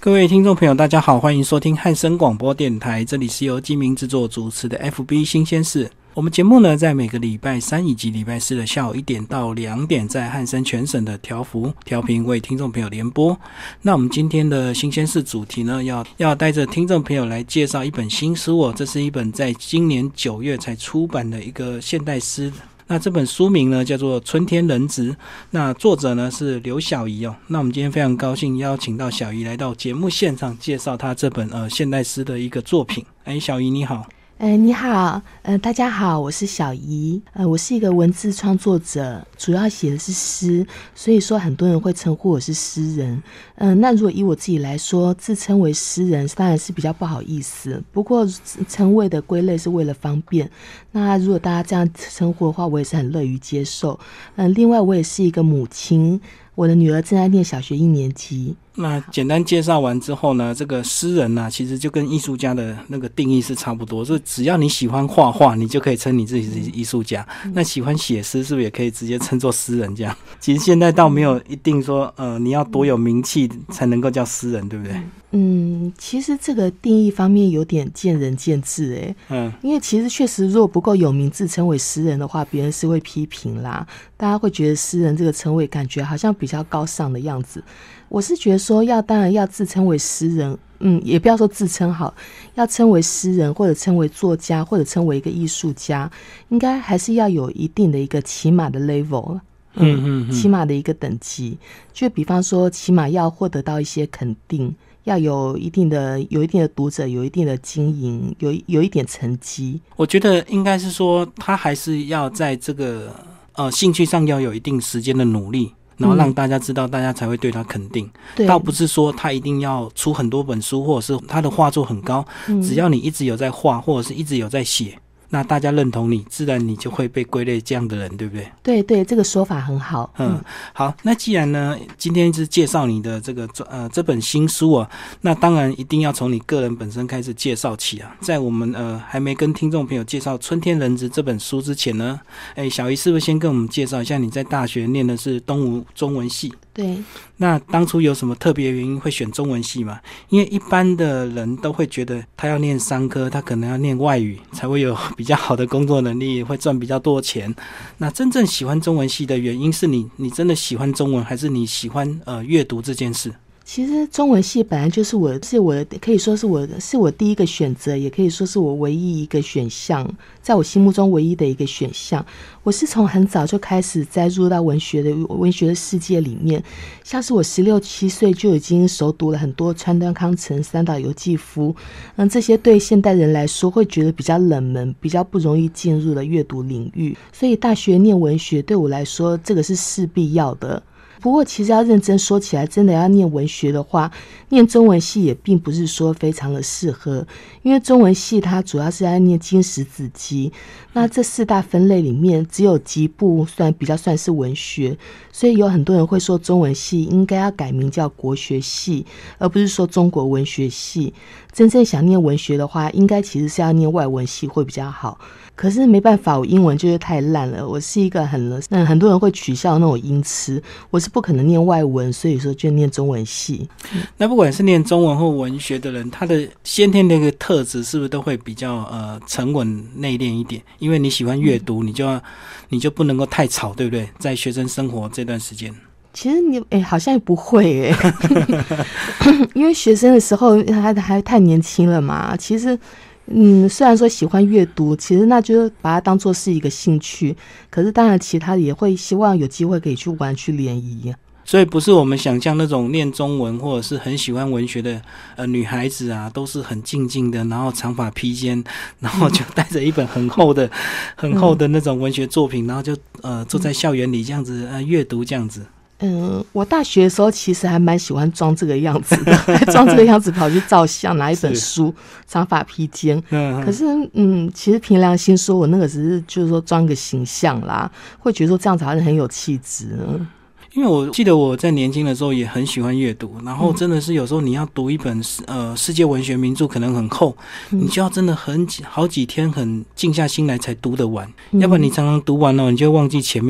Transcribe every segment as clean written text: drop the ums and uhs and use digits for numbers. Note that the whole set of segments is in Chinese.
各位听众朋友大家好，欢迎收听汉声广播电台，这里是由金明制作主持的 FB 新鲜事。我们节目呢，在每个礼拜三以及礼拜四的下午1点到2点，在汉声全省的调频为听众朋友联播。那我们今天的新鲜事主题呢，要带着听众朋友来介绍一本新书哦，这是一本在今年9月才出版的一个现代诗。那这本书名呢叫做《春天人质》，那作者呢是刘小怡哦。那我们今天非常高兴邀请到小怡来到节目现场，介绍她这本现代诗的一个作品。小怡你好。 你好，大家好，我是小怡，我是一个文字创作者，主要写的是诗，所以说很多人会称呼我是诗人。那如果以我自己来说，自称为诗人当然是比较不好意思，不过称谓的归类是为了方便。那如果大家这样称呼的话，我也是很乐于接受。另外我也是一个母亲，我的女儿正在念小学1年级。 那简单介绍完之后呢，这个诗人啊，其实就跟艺术家的那个定义是差不多，所以只要你喜欢画画，你就可以称你自己是艺术家。那喜欢写诗是不是也可以直接称作诗人这样？其实现在倒没有一定说你要多有名气才能够叫诗人，对不对？ 其实这个定义方面有点见仁见智因为其实确实如果不够有名自称为诗人的话，别人是会批评啦，大家会觉得诗人这个称谓感觉好像比较高尚的样子。我是觉得说当然要自称为诗人，也不要说自称好，要称为诗人或者称为作家或者称为一个艺术家，应该还是要有一定的一个起码的 level，起码的一个等级，就比方说起码要获得到一些肯定，要有一定的读者，有一定的经营，有一点成绩。 我觉得应该是说他还是要在这个兴趣上要有一定时间的努力，然后让大家知道，大家才会对他肯定。倒不是说他一定要出很多本书，或者是他的画作很高，只要你一直有在画，或者是一直有在写，那大家认同你，自然你就会被归类这样的人，对不对？ 对，这个说法很好。 好，那既然呢，今天是介绍你的这本新书啊，那当然一定要从你个人本身开始介绍起啊。在我们还没跟听众朋友介绍《春天人质》这本书之前呢，小怡是不是先跟我们介绍一下你在大学念的是东吴中文系？ 对。 那当初有什么特别原因会选中文系吗？因为一般的人都会觉得他要念商科，他可能要念外语才会有比较好的工作能力，会赚比较多钱。那真正喜欢中文系的原因是你真的喜欢中文，还是你喜欢阅读这件事？ 其实中文系本来就是我可以说是我第一个选择，也可以说是我唯一一个选项，在我心目中唯一的一个选项。我是从很早就开始栽入到文学的世界里面，像是我16、17岁就已经熟读了很多川端康成、三岛由纪夫，这些对现代人来说会觉得比较冷门、比较不容易进入的阅读领域，所以大学念文学对我来说，这个是势必要的。不过其实要认真说起来，真的要念文学的话，念中文系也并不是说非常的适合，因为中文系它主要是在念经史子集，那这4大分类里面只有集部比较算是文学，所以有很多人会说中文系应该要改名叫国学系，而不是说中国文学系。真正想念文学的话，应该其实是要念外文系会比较好。可是没办法，我英文就是太烂了，我是一个很多人会取笑那种音痴，我是不可能念外文，所以说就念中文系。 那不管是念中文或文学的人，他的先天的一个特质是不是都会比较沉稳内敛一点？因为你喜欢阅读，你就不能够太吵，对不对？在学生生活这段时间。 其实你好像也不会因为学生的时候还太年轻了嘛。其实虽然说喜欢阅读，其实那就把它当作是一个兴趣，可是当然其他也会希望有机会可以去玩去联谊。 所以不是我们想象那种念中文或者是很喜欢文学的女孩子啊，都是很静静的，然后长发披肩，然后就带着一本很厚的那种文学作品，然后就坐在校园里这样子阅读这样子。 我大学的时候其实还蛮喜欢装这个样子的，还装这个样子跑去照相，拿一本书，长发披肩。可是其实凭良心说，我那个只是就是说装个形象啦，会觉得说这样子好像很有气质。 因为我记得我在年轻的时候也很喜欢阅读，然后真的是有时候你要读一本世界文学名著可能很厚，你就要真的好几天很静下心来才读得完，要不然你常常读完了你就会忘记前面，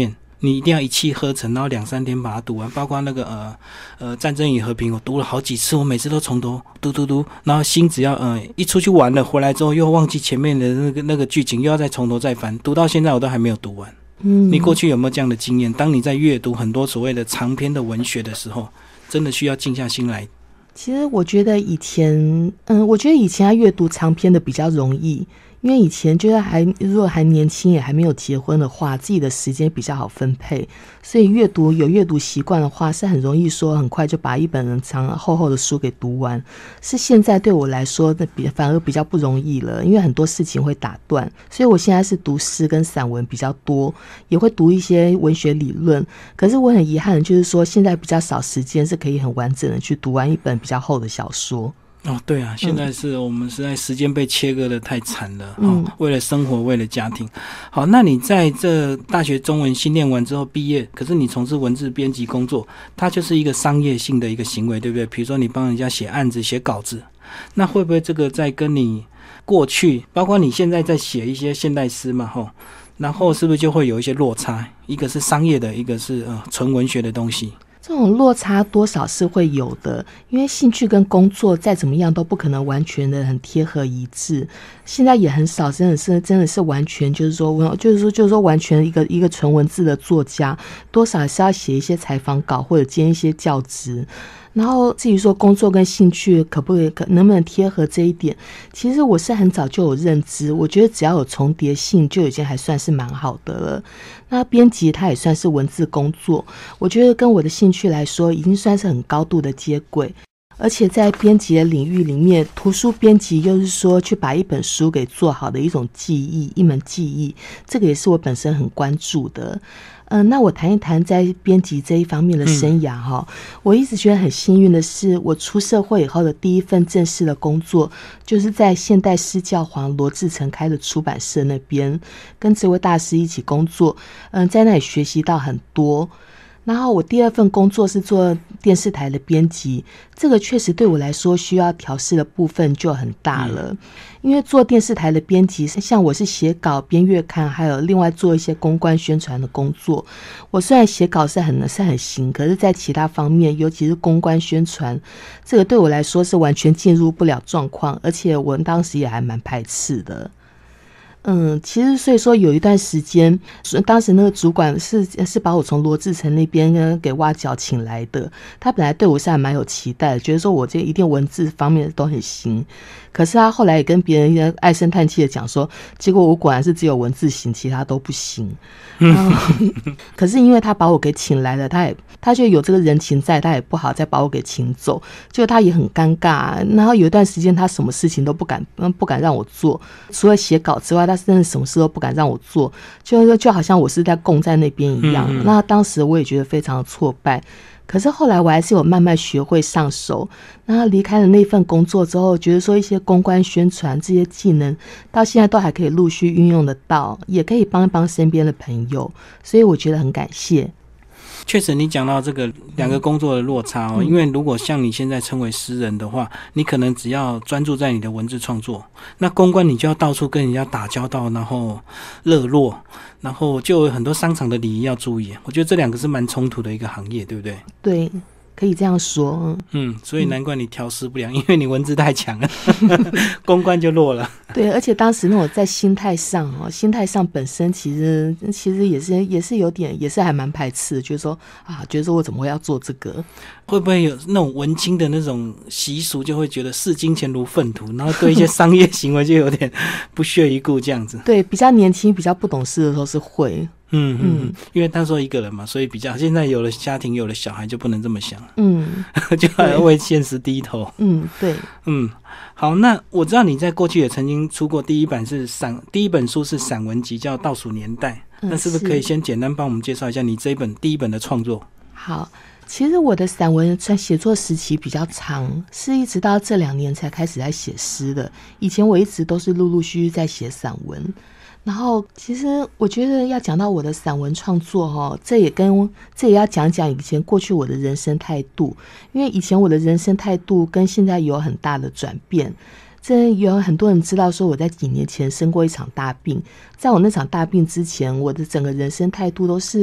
你一定要一气呵成，然后2-3天把它读完。包括那个战争与和平，我读了好几次，我每次都从头读，然后心只要一出去玩了，回来之后又忘记前面的那个剧情，又要再从头再翻，读到现在我都还没有读完。你过去有没有这样的经验？当你在阅读很多所谓的长篇的文学的时候，真的需要静下心来。 其实我觉得以前要阅读长篇的比较容易，因为以前就是如果还年轻也还没有结婚的话，自己的时间比较好分配，所以有阅读习惯的话是很容易说很快就把一本厚厚的书给读完。是现在对我来说反而比较不容易了，因为很多事情会打断，所以我现在是读诗跟散文比较多，也会读一些文学理论。可是我很遗憾的就是说现在比较少时间是可以很完整的去读完一本比较厚的小说。 对啊，现在是我们实在时间被切割的太惨了，为了生活，为了家庭。好，那你在这大学中文系念完之后毕业，可是你从事文字编辑工作，它就是一个商业性的一个行为，对不对？比如说你帮人家写案子、写稿子，那会不会这个在跟你过去，包括你现在在写一些现代诗嘛，然后是不是就会有一些落差？一个是商业的，一个是纯文学的东西。 这种落差多少是会有的，因为兴趣跟工作再怎么样都不可能完全的很贴合一致。现在也很少真的是完全就是说完全一个纯文字的作家，多少是要写一些采访稿或者兼一些教职。然后至于说工作跟兴趣能不能贴合这一点，其实我是很早就有认知，我觉得只要有重叠性就已经还算是蛮好的了。那编辑它也算是文字工作，我觉得跟我的兴趣来说已经算是很高度的接轨。而且在编辑的领域里面，图书编辑又是说去把一本书给做好的一种技艺，一门技艺，这个也是我本身很关注的。那我谈一谈在编辑这一方面的生涯我一直觉得很幸运的是，我出社会以后的第一份正式的工作就是在现代诗教皇罗志诚开的出版社那边，跟这位大师一起工作，在那里学习到很多。然后我第二份工作是做电视台的编辑，这个确实对我来说需要调试的部分就很大了。因为做电视台的编辑，像我是写稿、编月刊，还有另外做一些公关宣传的工作。我虽然写稿是很行，可是在其他方面，尤其是公关宣传，这个对我来说是完全进入不了状况，而且我当时也还蛮排斥的。其实所以说有一段时间，当时那个主管是把我从罗志诚那边给挖角请来的，他本来对我是还蛮有期待的，觉得说我这一定文字方面都很行。可是他后来也跟别人唉声叹气的讲说，结果我果然是只有文字行，其他都不行。可是因为他把我给请来了，他就有这个人情在，他也不好再把我给请走，就他也很尴尬。然后有一段时间他什么事情都不敢让我做，除了写稿之外，他真的什么事都不敢让我做，就好像我是在供在那边一样。那当时我也觉得非常的挫败，可是后来我还是有慢慢学会上手。那离开了那份工作之后，觉得说一些公关宣传这些技能到现在都还可以陆续运用得到，也可以帮一帮身边的朋友，所以我觉得很感谢。 确实你讲到这个两个工作的落差因为如果像你现在称为诗人的话，你可能只要专注在你的文字创作，那公关你就要到处跟人家打交道，然后热络，然后就有很多商场的礼仪要注意。我觉得这两个是蛮冲突的一个行业，对不对？ 对，可以这样说。 所以难怪你调试不良，因为你文字太强了公关就弱了。 对，而且当时那种在心态上本身其实也是有点，也是还蛮排斥的，就是说觉得说我怎么会要做这个？ 会不会有那种文青的那种习俗，就会觉得视金钱如粪土，然后对一些商业行为就有点不屑一顾这样子？ 对，比较年轻、比较不懂事的时候是会。 因为他说一个人嘛，所以比较现在有了家庭有了小孩就不能这么想就还要为现实低头。 对。 好，那我知道你在过去也曾经出过第一本书是散文集叫《倒数年代》，那是不是可以先简单帮我们介绍一下你这一本第一本的创作？ 好，其实我的散文写作时期比较长，是一直到这2年才开始在写诗的。以前我一直都是陆陆续续在写散文。然后其实我觉得要讲到我的散文创作这也要讲讲以前过去我的人生态度，因为以前我的人生态度跟现在有很大的转变。这有很多人知道说我在几年前生过一场大病，在我那场大病之前，我的整个人生态度都是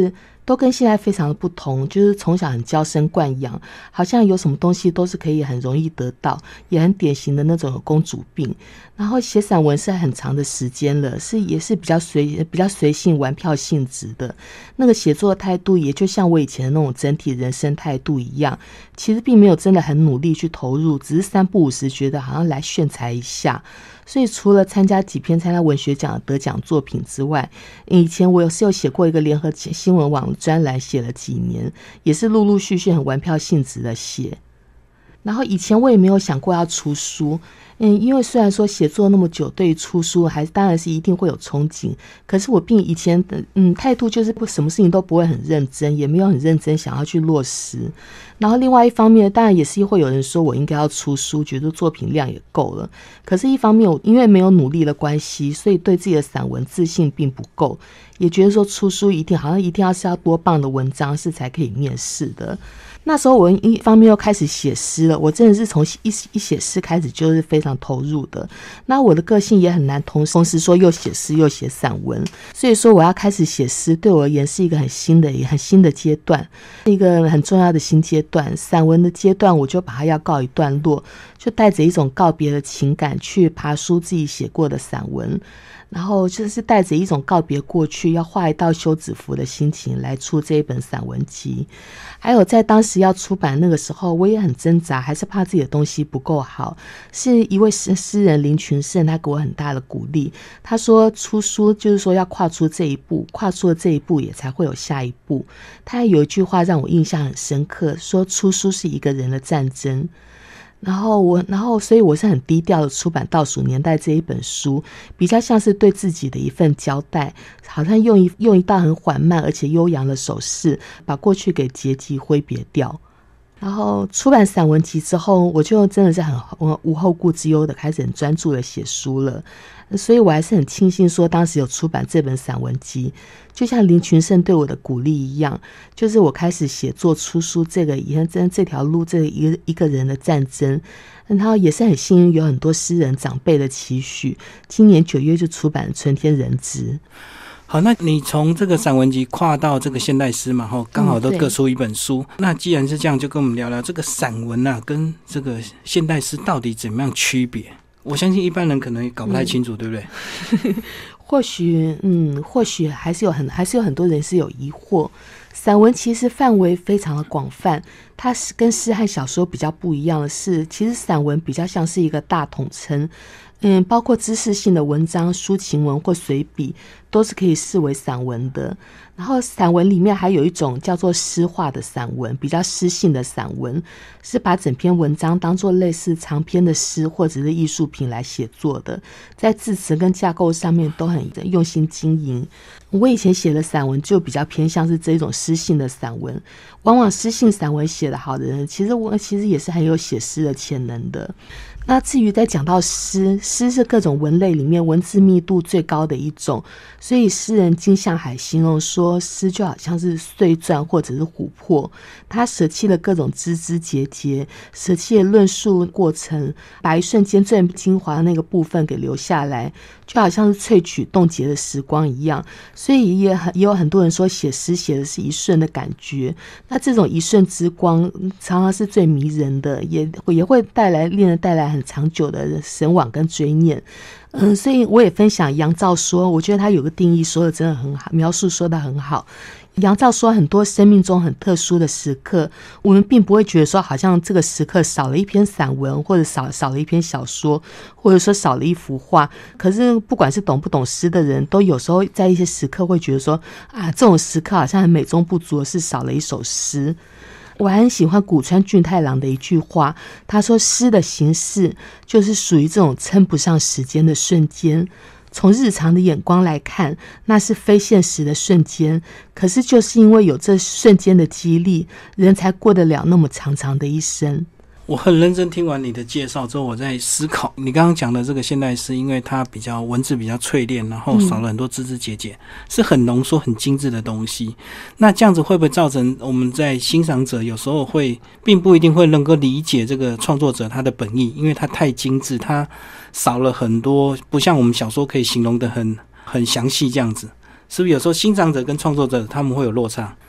都跟现在非常的不同，就是从小很娇生惯养，好像有什么东西都是可以很容易得到，也很典型的那种有公主病。然后写散文是很长的时间了，也是比较随性玩票性质的，那个写作态度也就像我以前的那种整体人生态度一样，其实并没有真的很努力去投入，只是三不五时觉得好像来炫彩一下。所以除了参加几篇参加文学奖的得奖作品之外，以前我有写过一个联合新闻网专栏，写了几年，也是陆陆续续很玩票性质的写。然后以前我也没有想过要出书，因为虽然说写作那么久，对于出书当然是一定会有憧憬，可是我并以前的态度就是什么事情都不会很认真，也没有很认真想要去落实。然后另外一方面，当然也是会有人说我应该要出书，觉得作品量也够了，可是一方面因为没有努力的关系，所以对自己的散文自信并不够，也觉得说出书一定要多棒的文章是才可以面试的。那时候我一方面又开始写诗了，我真的是从一写诗开始就是非常投入的。那我的个性也很难同时说又写诗又写散文，所以说我要开始写诗对我而言是一个很新的阶段，是一个很重要的新阶段。散文的阶段我就把它要告一段落，就带着一种告别的情感去爬梳自己写过的散文，然后就是带着一种告别过去要画一道休止符的心情来出这一本散文集。还有在当时要出版那个时候，我也很挣扎，还是怕自己的东西不够好。是一位诗人林群胜，他给我很大的鼓励，他说出书就是说要跨出这一步，跨出了这一步也才会有下一步。他有一句话让我印象很深刻，说出书是一个人的战争。然后所以我是很低调的出版《倒数年代》这一本书，比较像是对自己的一份交代，好像用一道很缓慢而且悠扬的手势，把过去给结集挥别掉。然后出版散文集之后，我就真的是很无后顾之忧的开始很专注的写书了。所以我还是很庆幸说当时有出版这本散文集，就像林群胜对我的鼓励一样，就是我开始写作出书这条路，这一个人的战争。然后也是很幸运有很多诗人长辈的期许，今年9月就出版了《春天人知》。 好，那你从这个散文集跨到这个现代诗嘛，刚好都各出一本书。那既然是这样，就跟我们聊聊这个散文啊，跟这个现代诗到底怎么样区别？我相信一般人可能也搞不太清楚，对不对？ 或许还是有很多人是有疑惑。散文其实范围非常的广泛，它是跟诗和小说比较不一样的是，其实散文比较像是一个大统称。包括知识性的文章、抒情文或随笔都是可以视为散文的。然后散文里面还有一种叫做诗化的散文，比较诗性的散文，是把整篇文章当作类似长篇的诗或者是艺术品来写作的，在字词跟架构上面都很用心经营。我以前写的散文就比较偏向是这种诗性的散文，往往诗性散文写得好的人，其实也是很有写诗的潜能的。那至于在讲到诗是各种文类里面文字密度最高的一种，所以诗人金向海形容说，诗就好像是碎钻或者是琥珀，他舍弃了各种枝枝节节，舍弃了论述过程，把一瞬间最精华的那个部分给留下来，就好像是萃取冻结的时光一样。所以也有很多人说写诗写的是一瞬的感觉，那这种一瞬之光常常是最迷人的，也会令人带来很长久的神往跟追念。所以我也分享杨照说，我觉得他有个定义说的真的很好，描述说的很好。杨照说很多生命中很特殊的时刻，我们并不会觉得说好像这个时刻少了一篇散文，或者少了一篇小说，或者说少了一幅画。可是不管是懂不懂诗的人，都有时候在一些时刻会觉得说这种时刻好像很美中不足的是少了一首诗。我还很喜欢古川俊太郎的一句话，他说诗的形式就是属于这种称不上时间的瞬间，从日常的眼光来看，那是非现实的瞬间，可是就是因为有这瞬间的激励，人才过得了那么长长的一生。 我很认真听完你的介绍之后，我在思考你刚刚讲的这个现代诗，因为它比较文字比较淬炼，然后少了很多枝枝节节，是很浓缩很精致的东西。那这样子会不会造成我们在欣赏者有时候并不一定会能够理解这个创作者他的本意，因为他太精致，他少了很多，不像我们小说可以形容的很详细这样子，是不是有时候欣赏者跟创作者他们会有落差？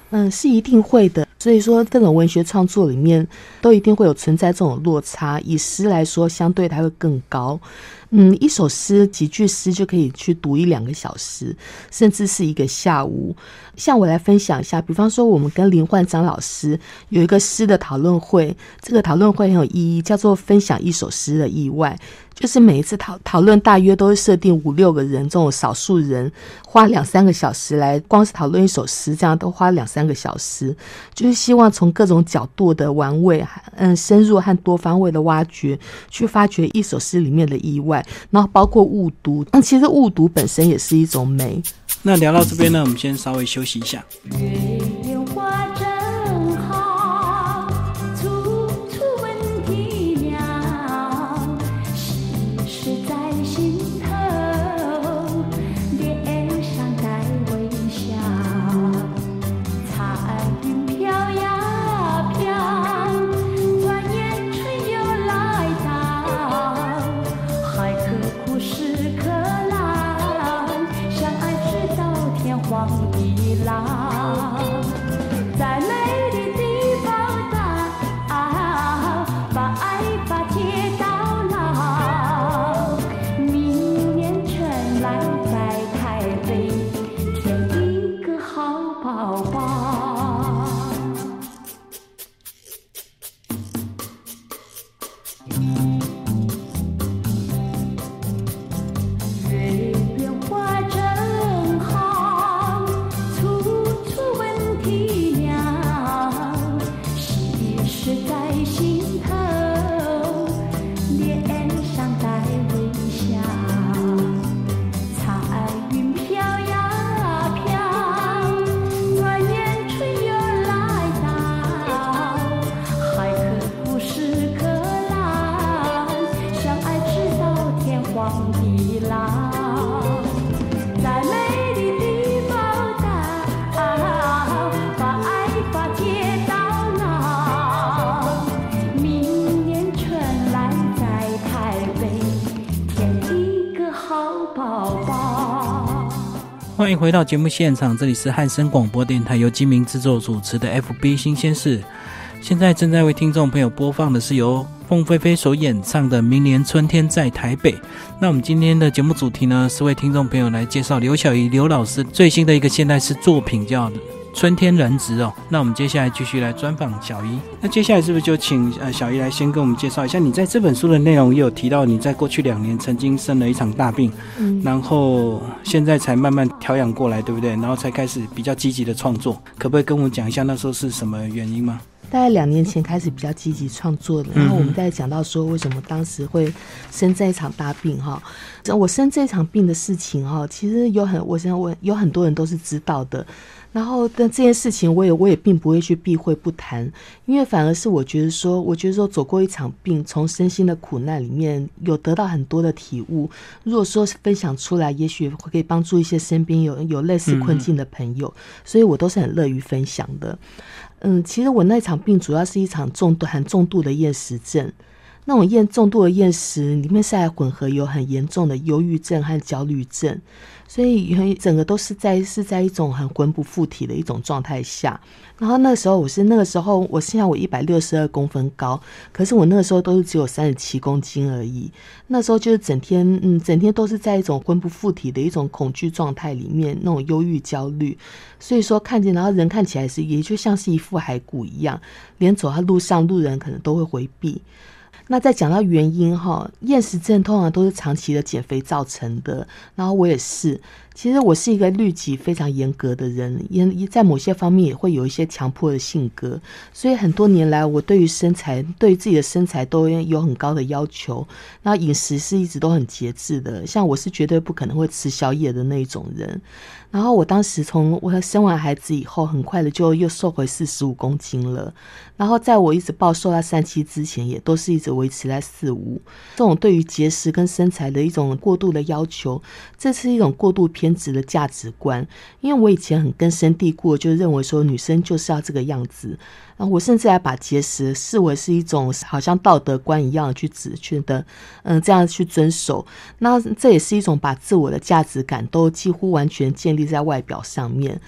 是一定会的。所以说各种文学创作里面都一定会有存在这种落差，以诗来说相对它会更高。一首诗几句诗就可以去读1-2个小时，甚至是一个下午。像我来分享一下，比方说我们跟林焕章老师有一个诗的讨论会，这个讨论会很有意义，叫做分享一首诗的意外。就是每一次讨论大约都是设定5-6个人，这种少数人花2-3个小时来光是讨论一首诗，这样都花2-3个小时，就是希望从各种角度的玩味深入和多方位的挖掘，去发掘一首诗里面的意外，然后包括误读，其实误读本身也是一种美。 那聊到这边呢，我们先稍微休息一下。 月花正好，处处闻啼鸟，时在心头，脸上带微笑。彩云飘呀飘，转眼春又来到，海可枯石可烂，相爱直到天荒地老。在美丽的报道，把爱把街到老。明年春来在台北，添一个好宝宝。月圆花正好，处处闻啼鸟，喜事在心头，脸上带微笑。彩云飘呀飘，转眼春又来到，海可枯石可烂，相爱直到天荒地老。在美丽的报道，把爱把街到老。明年春来在台北，添一个好宝宝。 欢迎回到节目现场，这里是汉声广播电台由金明制作主持的 FB 新鲜事。现在正在为听众朋友播放的是由凤飞飞所演唱的《明年春天在台北》。那我们今天的节目主题呢，是为听众朋友来介绍刘小怡刘老师最新的一个现代诗作品，叫《春天人质》哦。那我们接下来继续来专访小怡。那接下来是不是就请小怡来先跟我们介绍一下，你在这本书的内容也有提到，你在过去2年曾经生了一场大病，然后现在才慢慢调养过来，对不对？然后才开始比较积极的创作，可不可以跟我们讲一下那时候是什么原因吗？ 大概2年前开始比较积极创作的，然后我们在讲到说为什么当时会生这一场大病哈。我生这场病的事情哈，其实我想有很多人都是知道的。然后但这件事情我也并不会去避讳不谈，因为反而是我觉得说走过一场病，从身心的苦难里面有得到很多的体悟，如果说分享出来，也许会可以帮助一些身边有类似困境的朋友，所以我都是很乐于分享的。其实我那场病主要是一场很重度的厌食症，那种重度的厌食里面是还混合有很严重的忧郁症和焦虑症，所以整个都是在一种很魂不附体的一种状态下。然后那个时候我现在162公分高，可是我那个时候都是只有37公斤而已。那时候就是整天都是在一种魂不附体的一种恐惧状态里面，那种忧郁焦虑。所以说然后人看起来也就像是一副骸骨一样，连走在路上路人可能都会回避。那再讲到原因哈，厌食症通常都是长期的减肥造成的，然后我也是。其实我是一个律己非常严格的人，也在某些方面也会有一些强迫的性格，所以很多年来我对于自己的身材都有很高的要求，然后饮食是一直都很节制的，像我是绝对不可能会吃宵夜的那种人。然后我当时从我生完孩子以后，很快的就又瘦回45公斤了，然后在我一直暴瘦到37之前，也都是一直维持在45。这种对于节食跟身材的一种过度的要求，这是一种过度偏执的价值观，因为我以前很根深蒂固就认为说女生就是要这个样子，然后我甚至还把节食视为是一种好像道德观一样的这样去遵守。那这也是一种把自我的价值感都几乎完全建立在外表上面。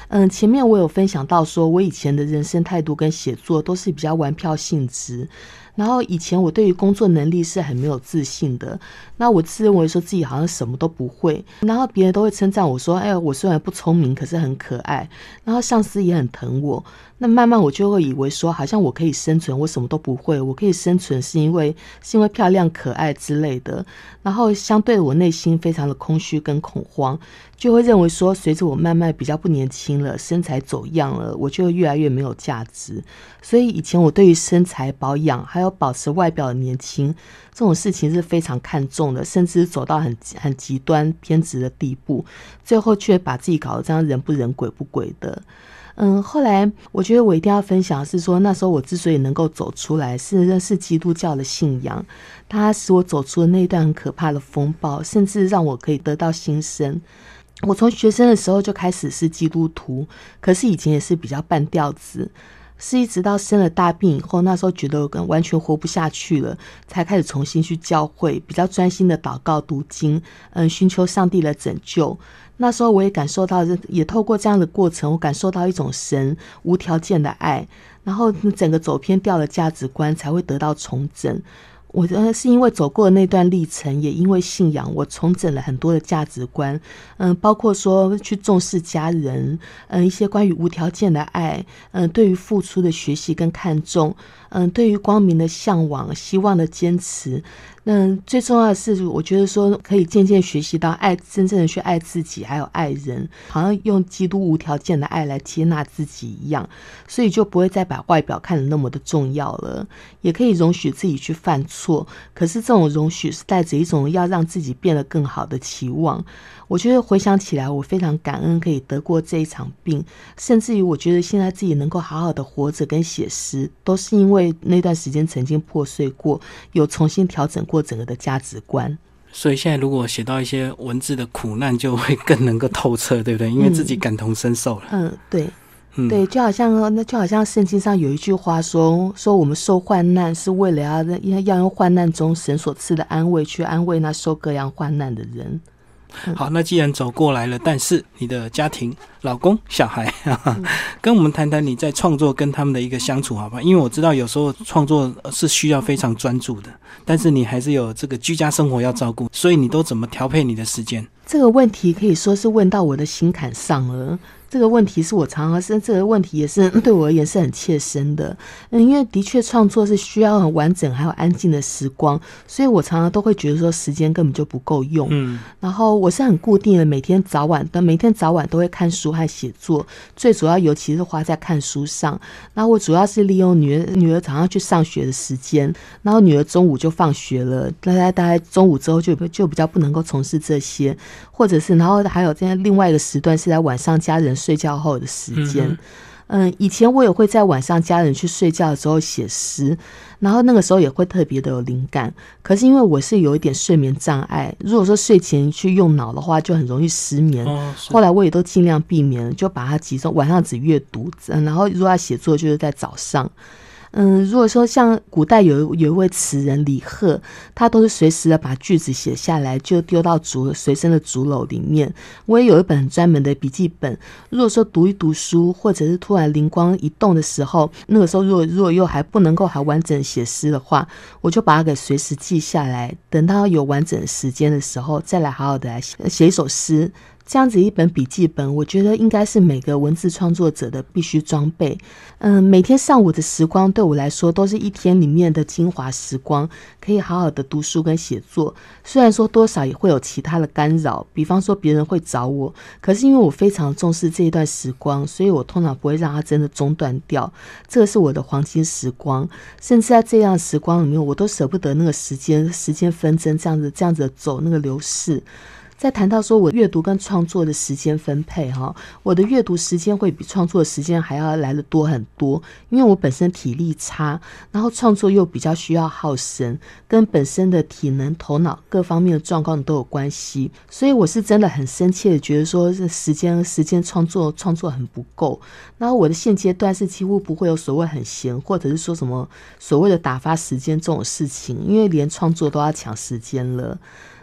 前面我有分享到说，我以前的人生态度跟写作都是比较玩票性质。然后以前我对于工作能力是很没有自信的，那我自认为说自己好像什么都不会，然后别人都会称赞我说，哎，我虽然不聪明，可是很可爱，然后上司也很疼我。那慢慢我就会以为说，好像我可以生存，我什么都不会，我可以生存是因为漂亮可爱之类的。然后相对我内心非常的空虚跟恐慌，就会认为说，随着我慢慢比较不年轻了，身材走样了，我就会越来越没有价值。所以以前我对于身材保养还有保持外表的年轻这种事情是非常看重的，甚至走到很极端偏执的地步，最后却把自己搞得这样人不人鬼不鬼的。后来我觉得我一定要分享的是说，那时候我之所以能够走出来，是认识基督教的信仰，它使我走出了那一段很可怕的风暴，甚至让我可以得到新生。我从学生的时候就开始是基督徒，可是以前也是比较半吊子，是一直到生了大病以后，那时候觉得我完全活不下去了，才开始重新去教会，比较专心的祷告读经，寻求上帝的拯救。那时候我也感受到，也透过这样的过程，我感受到一种神无条件的爱，然后整个走偏掉的价值观才会得到重整。我是因为走过那段历程，也因为信仰，我重整了很多的价值观，包括说去重视家人，一些关于无条件的爱，对于付出的学习跟看重，对于光明的向往，希望的坚持。最重要的是，我觉得说可以渐渐学习到爱，真正的去爱自己，还有爱人，好像用基督无条件的爱来接纳自己一样，所以就不会再把外表看得那么的重要了，也可以容许自己去犯错，可是这种容许是带着一种要让自己变得更好的期望。我觉得回想起来，我非常感恩可以得过这一场病，甚至于我觉得现在自己能够好好的活着跟写诗，都是因为那段时间曾经破碎过，有重新调整过整个的价值观。 所以现在如果写到一些文字的苦难，就会更能够透彻，对不对？因为自己感同身受了。 对。对，就好像圣经上有一句话说我们受患难是为了要用患难中神所赐的安慰去安慰那受各样患难的人。 好，那既然走过来了，但是你的家庭、老公、小孩，跟我们谈谈你在创作跟他们的一个相处，好吧？因为我知道有时候创作是需要非常专注的，但是你还是有这个居家生活要照顾，所以你都怎么调配你的时间？ 这个问题可以说是问到我的心坎上了。这个问题是我常常是，这个问题也是对我而言是很切身的。因为的确创作是需要很完整还有安静的时光，所以我常常都会觉得说时间根本就不够用。然后我是很固定的，每天早晚都会看书和写作，最主要尤其是花在看书上。然后我主要是利用女儿早上去上学的时间，然后女儿中午就放学了，大概中午之后就比较不能够从事这些，或者是然后还有在另外一个时段是在晚上家人睡觉后的时间。以前我也会在晚上家人去睡觉的时候写诗，然后那个时候也会特别的有灵感。可是因为我是有一点睡眠障碍，如果说睡前去用脑的话就很容易失眠。后来我也都尽量避免，就把它集中晚上只阅读，然后如果要写作就是在早上。如果说像古代有一位词人李贺，他都是随时的把句子写下来，就丢到随身的竹篓里面。我也有一本很专门的笔记本，如果说读一读书，或者是突然灵光一动的时候，那个时候如果又还不能够还完整写诗的话，我就把它给随时记下来，等到有完整的时间的时候，再来好好的来写一首诗。这样子一本笔记本，我觉得应该是每个文字创作者的必须装备。每天上午的时光对我来说都是一天里面的精华时光，可以好好的读书跟写作。虽然说多少也会有其他的干扰，比方说别人会找我，可是因为我非常重视这一段时光，所以我通常不会让它真的中断掉。这个是我的黄金时光，甚至在这样的时光里面，我都舍不得那个时间纷争这样子的走那个流逝。在谈到说我阅读跟创作的时间分配，我的阅读时间会比创作的时间还要来得多很多，因为我本身体力差，然后创作又比较需要耗神，跟本身的体能头脑各方面的状况都有关系，所以我是真的很深切的觉得说时间创作很不够。然后我的现阶段是几乎不会有所谓很闲，或者是说什么所谓的打发时间这种事情，因为连创作都要抢时间了。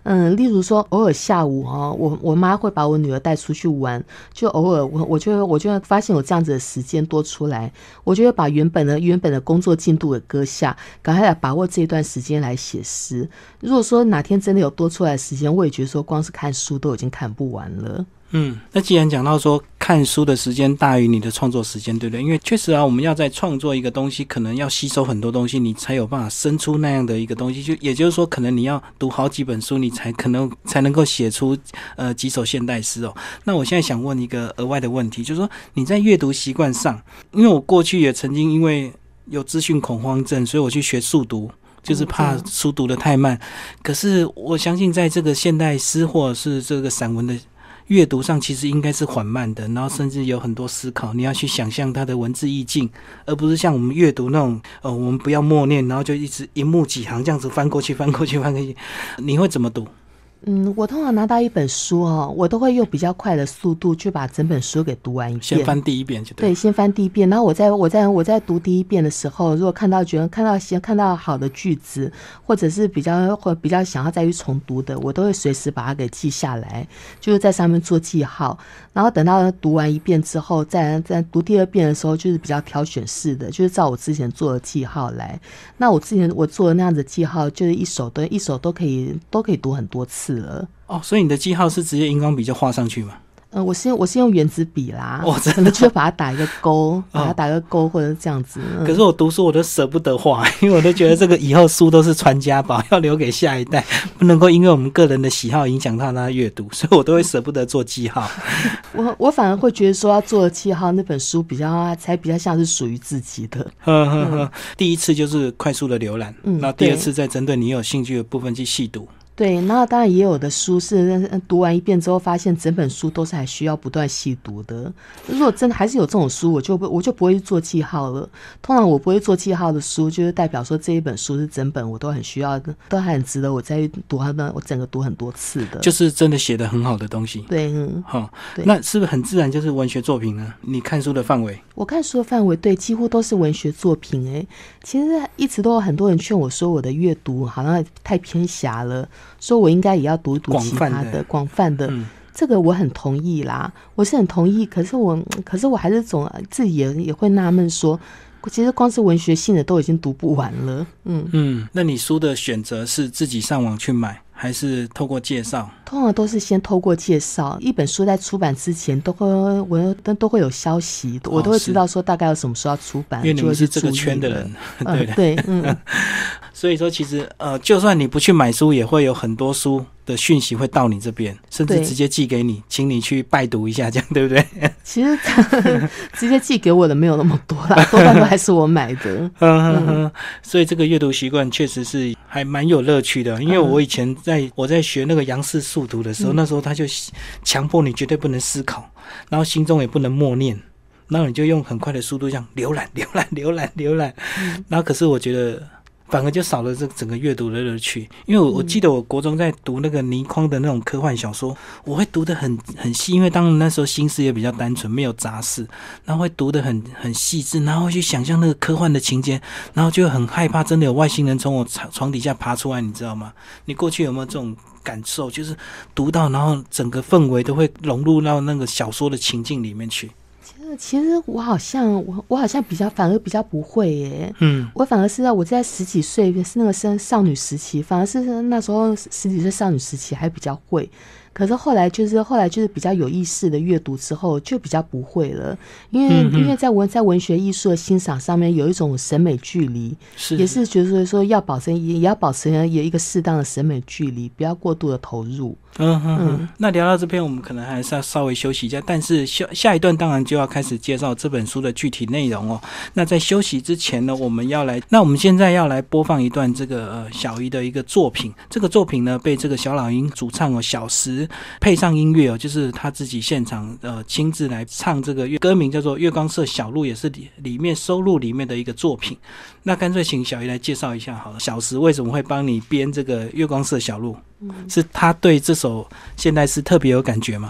例如说偶尔下午我妈会把我女儿带出去玩，就偶尔我就会发现有这样子的时间多出来，我就会把原本的工作进度给搁下，赶快来把握这一段时间来写诗。如果说哪天真的有多出来的时间，我也觉得说光是看书都已经看不完了。 那既然讲到说看书的时间大于你的创作时间，对不对？因为确实啊，我们要在创作一个东西，可能要吸收很多东西，你才有办法生出那样的一个东西。也就是说，可能你要读好几本书，你才能够写出几首现代诗哦。那我现在想问一个额外的问题，就是说你在阅读习惯上，因为我过去也曾经因为有资讯恐慌症，所以我去学速读。就是怕书读得太慢，可是我相信在这个现代诗或者是这个散文的阅读上，其实应该是缓慢的，然后甚至有很多思考，你要去想象它的文字意境，而不是像我们阅读那种我们不要默念，然后就一直一目几行这样子翻过去。你会怎么读？ 我通常拿到一本书我都会用比较快的速度去把整本书给读完一遍。 先翻第一遍就对。 对，先翻第一遍，然后我在读第一遍的时候，如果看到好的句子，或者是比较想要再去重读的，我都会随时把它给记下来，就是在上面做记号。然后等到读完一遍之后，再读第二遍的时候，就是比较挑选式的，就是照我之前做的记号来。那我之前我做的那样的记号，就是一首都可以读很多次了。 所以你的记号是直接荧光笔就画上去吗？ 我是用原子笔啦， 真的可能就把它打一个勾，或者是这样子。 可是我读书我都舍不得画，因为我都觉得这个以后书都是传家宝，要留给下一代，不能够因为我们个人的喜好影响到他阅读，所以我都会舍不得做记号。 我反而会觉得说要做的记号那本书才比较像是属于自己的。 第一次就是快速的浏览，然后第二次再针对你有兴趣的部分去细读。 对，那当然也有的书是读完一遍之后发现整本书都是还需要不断细读的。如果真的还是有这种书，我就不会去做记号了。通常我不会做记号的书，就是代表说这一本书是整本我都很需要，都还很值得我再读它的，我整个读很多次的， 就是真的写得很好的东西。 对， 那是不是很自然就是文学作品呢？你看书的范围？ 我看书的范围对，几乎都是文学作品。其实一直都有很多人劝我说我的阅读好像太偏狭了，说我应该也要读一读其他的广泛的。这个我很同意啦，我是很同意。可是我还是自己也会纳闷说，其实光是文学性的都已经读不完了。 那你书的选择是自己上网去买，还是透过介绍？ 通常都是先透过介绍，一本书在出版之前都会有消息，我都会知道说大概有什么时候要出版， 因为你们是这个圈的人， 对。 所以说其实就算你不去买书，也会有很多书的讯息会到你这边，甚至直接寄给你，请你去拜读一下，这样对不对？ 其实直接寄给我的没有那么多啦，多半都还是我买的。 所以这个阅读习惯确实是还蛮有乐趣的，因为我以前我在学那个杨氏速读的时候，那时候他就强迫你绝对不能思考，然后心中也不能默念，然后你就用很快的速度这样浏览，然后可是我觉得反而就少了这整个阅读的乐趣。因为我记得我国中在读那个倪匡的那种科幻小说，我会读得很细，因为当然那时候心思也比较单纯，没有杂事，然后会读得很细致，然后会去想象那个科幻的情节，然后就很害怕真的有外星人从我床底下爬出来，你知道吗？你过去有没有这种感受，就是读到然后整个氛围都会融入到那个小说的情境里面去？ 其实我好像反而比较不会耶。我反而是我在十几岁是那个少女时期，反而是那时候十几岁少女时期还比较会。可是后来就是比较有意识的阅读之后就比较不会了，因为在文学艺术的欣赏上面有一种审美距离，也是觉得说也要保持有一个适当的审美距离，不要过度的投入。 那聊到这边我们可能还是要稍微休息一下，但是下一段当然就要开始介绍这本书的具体内容哦。那在休息之前呢，我们现在要来播放一段这个小姨的一个作品。这个作品呢被这个小老鹰主唱小石配上音乐就是他自己现场亲自来唱，这个歌名叫做《月光色小路》，也是里面收录里面的一个作品。那干脆请小姨来介绍一下好了，小石为什么会帮你编这个《月光色小路》？是他对这首现代诗特别有感觉吗？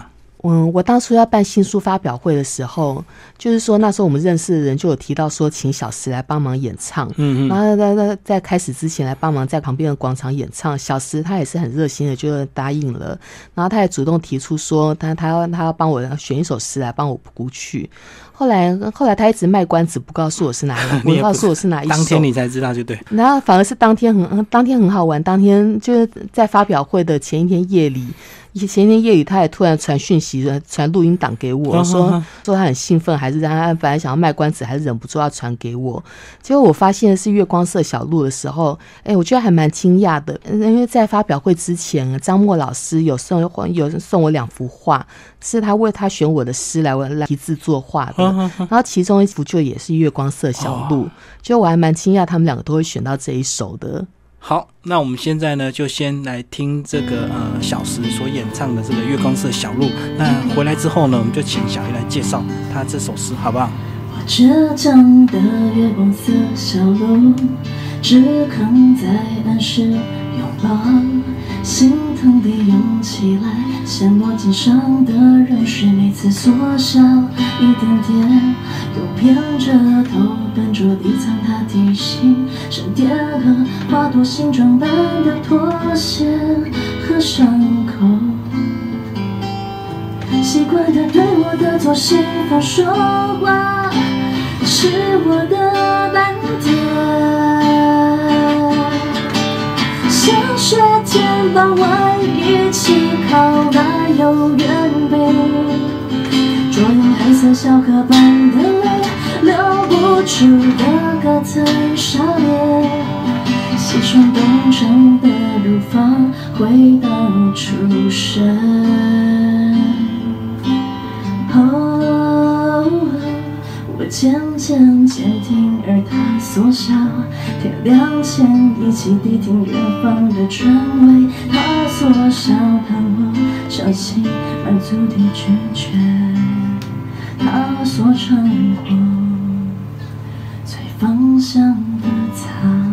我当初要办新书发表会的时候，就是说那时候我们认识的人就有提到说请小石来帮忙演唱，然后在开始之前来帮忙在旁边的广场演唱。小石他也是很热心的就答应了，然后他也主动提出说他要帮我选一首诗来帮我谱曲。后来他一直卖关子，不告诉我是哪一不告诉我是哪一首， 当天你才知道就对。 然后反而是当天很好玩，当天就是在发表会的前一天夜里，他也突然传讯息，传录音档给我，说他很兴奋，还是他本来想要卖关子，还是忍不住要传给我。结果我发现是月光色小路的时候，我觉得还蛮惊讶的，因为在发表会之前，张默老师有送我2幅画，是他为他选我的诗来题字作画的，然后其中一幅就也是月光色小路，就我还蛮惊讶他们两个都会选到这一首的。 好，那我们现在呢就先来听这个小石所演唱的这个月光色小路，那回来之后呢我们就请小姨来介绍他这首诗好不好？ 我倔强的月光色小路，只肯在暗时拥抱，心疼地涌起来，像落井上的热水，每次缩小一点点，又偏着头笨拙地藏它提醒，沉淀和花朵形状般的妥协和伤口，习惯的对我的左心房说话，是我的斑点，下雪天傍晚一起靠那有远背，捉用黑色小河般的泪，流不出的歌词沙裂，细霜冻成的乳房回荡出声。我渐渐听，而它缩小，天亮前一起谛听远方的船尾，它缩小，盼望相信满足的拒绝，它所穿过最方向的草。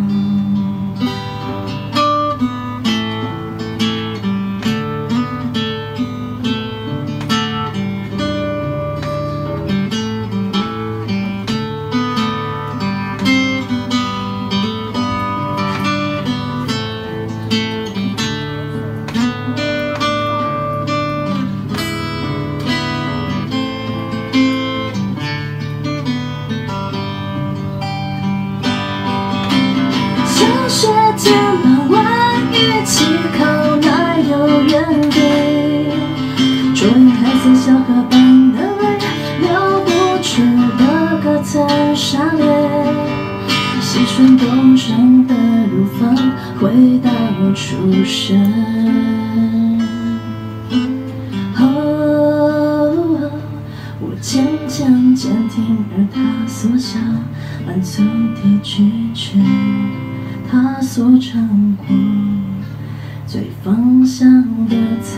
小河般的泪，流不出的歌词沙裂，细霜冻成的乳房回荡出声。我渐听，而它缩小，满足地拒绝，它所穿过最方向的草。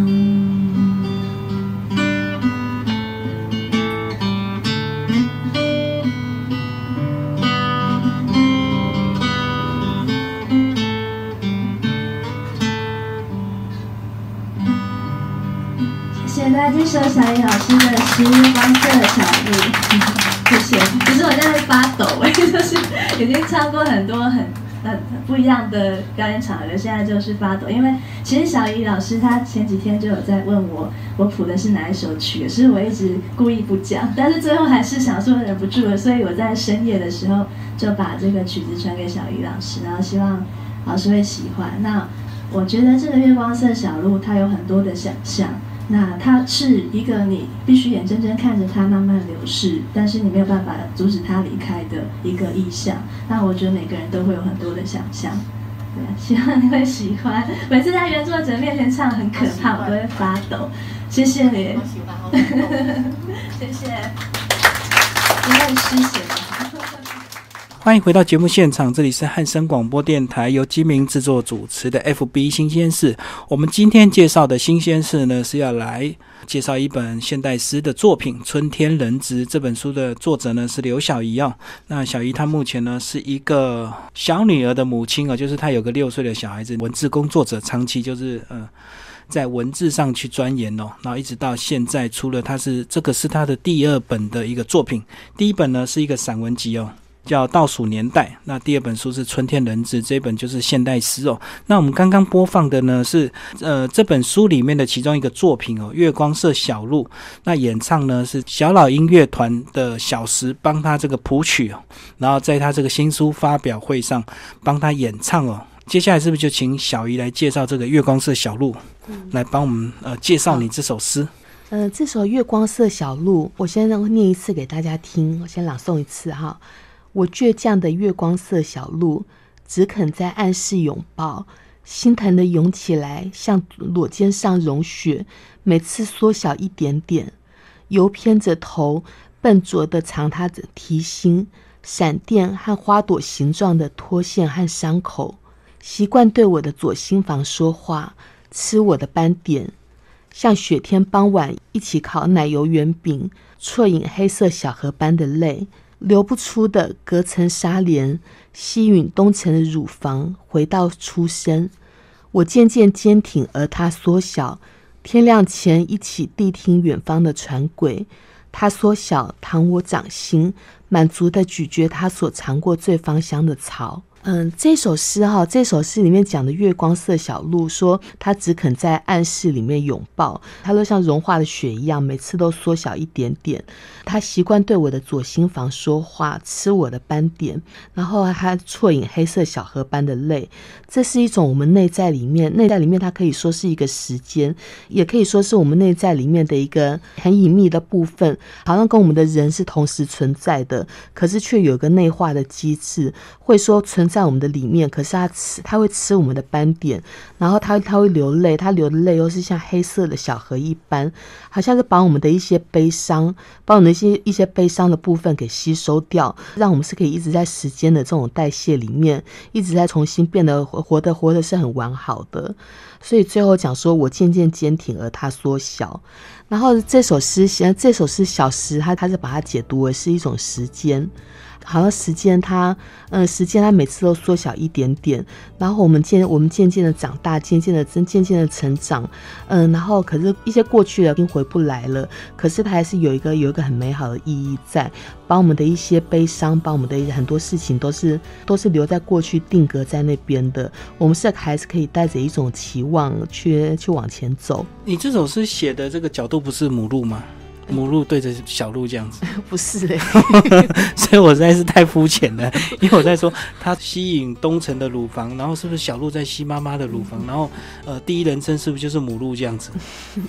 这首小姨老师的诗《光色小路》，谢谢。其实我在发抖就是已经唱过很多很不一样的表演场合，现在就是发抖。因为其实小姨老师她前几天就有在问我谱的是哪一首曲，可是我一直故意不讲，但是最后还是想说忍不住了，所以我在深夜的时候就把这个曲子传给小姨老师，然后希望老师会喜欢。那我觉得这个月光色小路它有很多的想象。那它是一个你必须眼睁睁看着它慢慢流逝，但是你没有办法阻止它离开的一个意象。那我觉得每个人都会有很多的想象，对，希望你会喜欢。每次在原作者面前唱很可怕，我都会发抖。谢谢你， 好喜欢，好感动。 谢谢。你很诗写的。 欢迎回到节目现场，这里是汉声广播电台由基民制作主持的 FB 新鲜事。我们今天介绍的新鲜事呢，是要来介绍一本现代诗的作品《春天人质》。这本书的作者呢是刘小姨哦。那小姨她目前呢是一个小女儿的母亲哦，就是她有个6岁的小孩子，文字工作者，长期就是在文字上去钻研然后一直到现在出了这个是他的第2本的一个作品。第一本呢是一个散文集叫倒数年代，那第2本书是春天人子，这本就是现代诗那我们刚刚播放的呢是这本书里面的其中一个作品月光色小路，那演唱呢是小老音乐团的小石帮他这个谱曲然后在他这个新书发表会上帮他演唱接下来是不是就请小姨来介绍这个月光色小路来帮我们介绍你这首诗？ 这首月光色小路我先念一次给大家听，我先朗诵一次哈。我倔强的月光色小路，只肯在暗室拥抱，心疼的涌起来，像裸肩上融雪，每次缩小一点点，游偏着头，笨拙的藏它的提心，闪电和花朵形状的脱线和伤口，习惯对我的左心房说话，吃我的斑点，像雪天傍晚一起烤奶油圆饼，啜饮黑色小河般的泪，流不出的隔层纱帘，吸吮东城的乳房，回到出生。我渐渐坚挺，而他缩小。天亮前一起谛听远方的船轨，他缩小，躺我掌心，满足地咀嚼他所尝过最芳香的草。这首诗里面讲的月光色小路，说他只肯在暗室里面拥抱，他都像融化的雪一样，每次都缩小一点点。他习惯对我的左心房说话，吃我的斑点，然后他啜饮黑色小河般的泪。这是一种我们内在里面它可以说是一个时间，也可以说是我们内在里面的一个很隐秘的部分，好像跟我们的人是同时存在的，可是却有一个内化的机制，会说存在我们的里面，可是他会吃我们的斑点，然后他会流泪，他流的泪又是像黑色的小河一般，好像是把我们的一些悲伤，把我们的一些悲伤的部分给吸收掉，让我们是可以一直在时间的这种代谢里面，一直在重新变得活得是很完好的。所以最后讲说我渐渐坚挺，而他缩小。然后这首诗小诗他是把它解读为是一种时间，好像时间它每次都缩小一点点，然后我们渐渐的长大，渐渐的成长，然后可是一些过去的已经回不来了，可是它还是有一个很美好的意义在，把我们的一些悲伤，把我们的很多事情都是留在过去定格在那边的，我们还是可以带着一种期望去往前走。你这首诗写的这个角度不是母鹿吗？母鹿对着小鹿这样子不是所以我实在是太肤浅了，因为我在说他吸引东城的乳房，然后是不是小鹿在吸妈妈的乳房，然后第一人称是不是就是母鹿这样子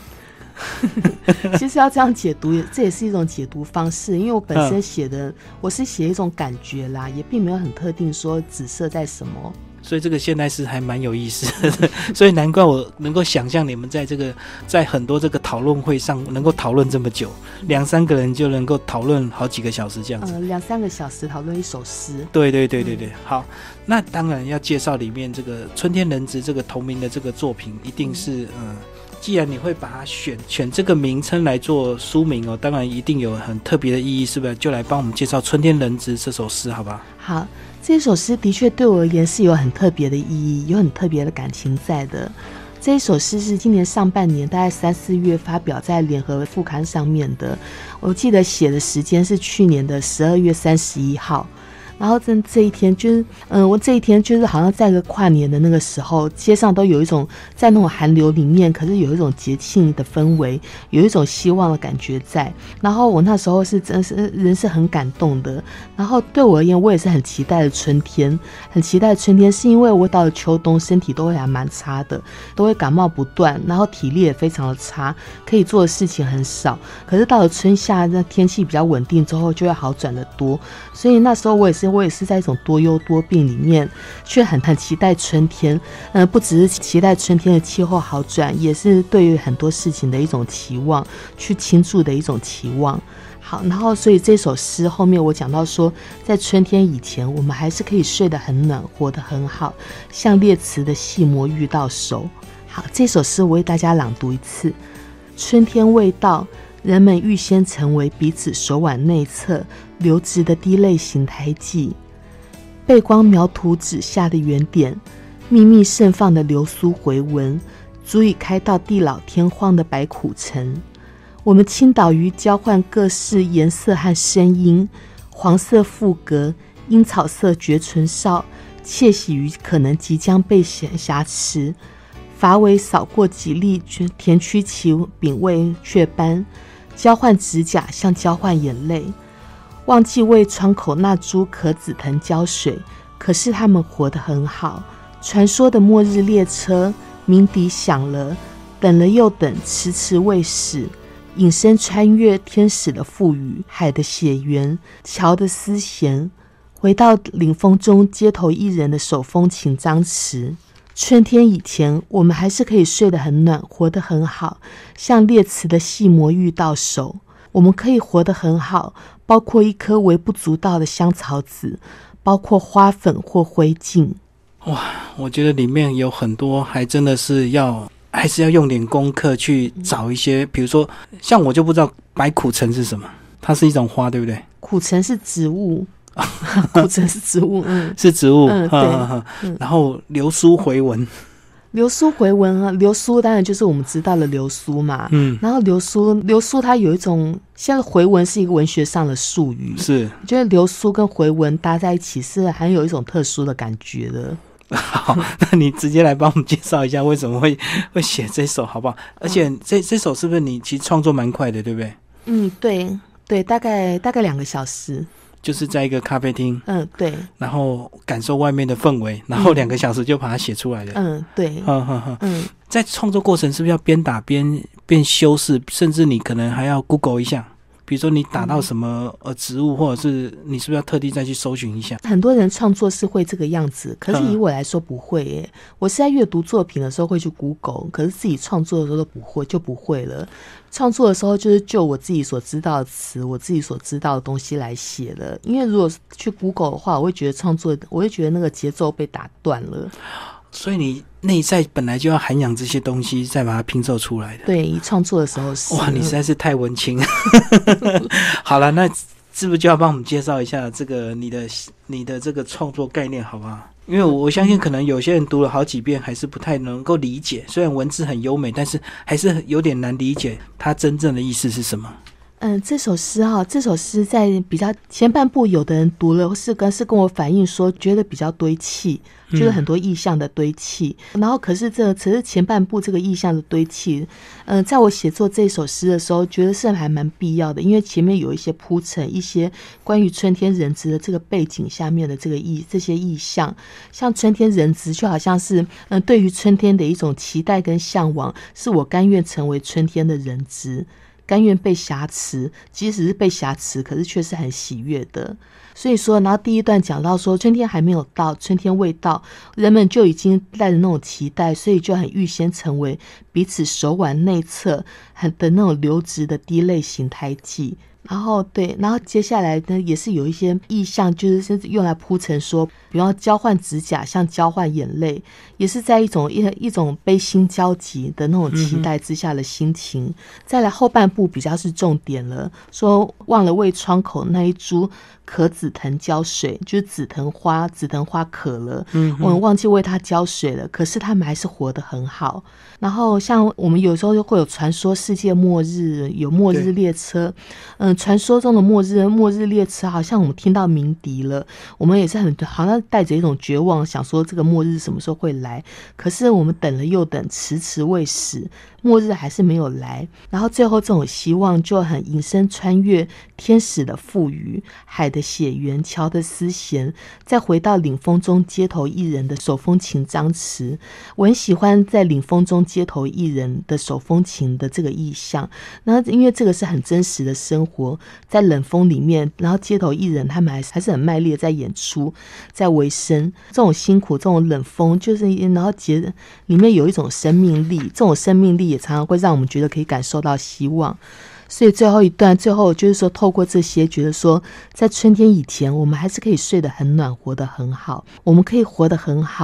其实要这样解读，这也是一种解读方式，因为我本身写的我是写一种感觉啦，也并没有很特定说指涉在什么， 所以这个现代诗还蛮有意思的所以难怪我能够想象你们在很多这个讨论会上能够讨论这么久，2-3个人就能够讨论好几个小时这样子 2-3个小时讨论一首诗。 对，好，那当然要介绍里面这个春天人子这个同名的这个作品，一定是既然你会把它选这个名称来做书名当然一定有很特别的意义，是不是？就来帮我们介绍春天人子这首诗好不好？ 好，这首诗的确对我而言是有很特别的意义，有很特别的感情在的。这一首诗是今年上半年大概3-4月发表在联合副刊上面的，我记得写的时间是去年的12月31号。然后这一天就是我这一天就是好像在个跨年的那个时候，街上都有一种在那种寒流里面，可是有一种节庆的氛围，有一种希望的感觉在。然后我那时候是真是人是很感动的。然后对我而言，我也是很期待的春天，是因为我到了秋冬身体都会还蛮差的，都会感冒不断，然后体力也非常的差，可以做的事情很少。可是到了春夏，那天气比较稳定之后，就会好转得多。所以那时候我也是在一种多忧多病里面，却很期待春天。不只是期待春天的气候好转，也是对于很多事情的一种期望，去倾注的一种期望。好，然后所以这首诗后面我讲到说，在春天以前，我们还是可以睡得很暖，活得很好，像列词的细膜遇到手。好，这首诗我为大家朗读一次。春天未到，人们预先成为彼此手腕内侧流直的滴泪形胎记，背光描图纸下的圆点，秘密盛放的流苏回纹， 足以开到地老天荒的白苦城。我们倾倒于交换各式颜色和声音，黄色赋格，樱草色绝唇哨，窃喜于可能即将被挟持。法尾扫过几粒甜曲奇饼味雀斑，交换指甲像交换眼泪。忘记为窗口那株可紫藤浇水，可是他们活得很好。传说的末日列车鸣笛响了，等了又等，迟迟未驶。隐身穿越天使的赋予，海的血缘，桥的丝弦，回到领风中街头艺人的手风琴张弛。春天以前，我们还是可以睡得很暖，活得很好，像列词的细魔芋到手。我们可以活得很好，包括一颗微不足道的香草籽，包括花粉或灰烬。 哇，我觉得里面有很多还真的是还是要用点功课去找一些，比如说像我就不知道白苦橙是什么，它是一种花对不对？ 苦橙是植物苦橙是植物， 是植物， 对， 然后流苏回文， 流苏回文啊，流苏当然就是我们知道的流苏嘛，然后流苏它有一种，现在回文是一个文学上的术语， 是， 我觉得流苏跟回文搭在一起是还有一种特殊的感觉的。 好，那你直接来帮我们介绍一下为什么会写这首好不好？而且这首是不是你其实创作蛮快的，对不对？ 对，大概2个小时。 就是在一个咖啡厅， 对， 然后感受外面的氛围，然后2个小时就把它写出来了。 对， 在创作过程是不是要边打边修饰，甚至你可能还要 Google 一下？比如说你打到什么植物，或者是你是不是要特地再去搜寻一下？ 很多人创作是会这个样子，可是以我来说不会耶。我是在阅读作品的时候会去 Google， 可是自己创作的时候就不会了。创作的时候就是就我自己所知道的词，我自己所知道的东西来写的。因为如果去 Google 的话，我会觉得那个节奏被打断了。 所以你内在本来就要涵养这些东西，再把它拼凑出来的。 对，一创作的时候是。 哇，你实在是太文青。好了，那是不是就要帮我们介绍一下这个你的这个创作概念好不好？因为我相信可能有些人读了好几遍还是不太能够理解，虽然文字很优美，但是还是有点难理解它真正的意思是什么。 这首诗在比较前半部，有的人读了是跟我反映说，觉得比较堆砌，就是很多意象的堆砌。然后可是前半部这个意象的堆砌，在我写作这首诗的时候，觉得是还蛮必要的，因为前面有一些铺陈，一些关于春天人质的这个背景下面的这些意象，像春天人质就好像是对于春天的一种期待跟向往，是我甘愿成为春天的人质。甘愿被挟持，即使是被挟持，可是却是很喜悦的。所以说，然后第一段讲到说，春天还没有到，春天未到，人们就已经带着那种期待，所以就很预先成为彼此手腕内侧的那种流质的滴泪型胎记。然后接下来呢，也是有一些意象，就是用来铺陈说，比方交换指甲像交换眼泪，也是在一种悲心交集的那种期待之下的心情。再来后半部比较是重点了，说忘了为窗口那一株可紫藤浇水，就是紫藤花渴了，我们忘记为它浇水了，可是它们还是活得很好。然后像我们有时候会有传说世界末日，有末日列车，传说中的末日列车，好像我们听到鸣笛了，我们也是好像带着一种绝望，想说这个末日什么时候会来？可是我们等了又等，迟迟未始，末日还是没有来。然后最后这种希望就很隐身穿越天使的赋予，海的血缘，桥的丝弦，再回到领风中街头艺人的手风琴张弛。我很喜欢在领风中街头艺人的手风琴的这个意象，然后因为这个是很真实的生活，在冷风里面，然后街头艺人他们还是很卖力的在演出，在维生。这种辛苦，这种冷风，就是然后里面有一种生命力，这种生命力也常常会让我们觉得可以感受到希望。所以最后就是说，透过这些，觉得说在春天以前，我们还是可以睡得很暖，活得很好，我们可以活得很好，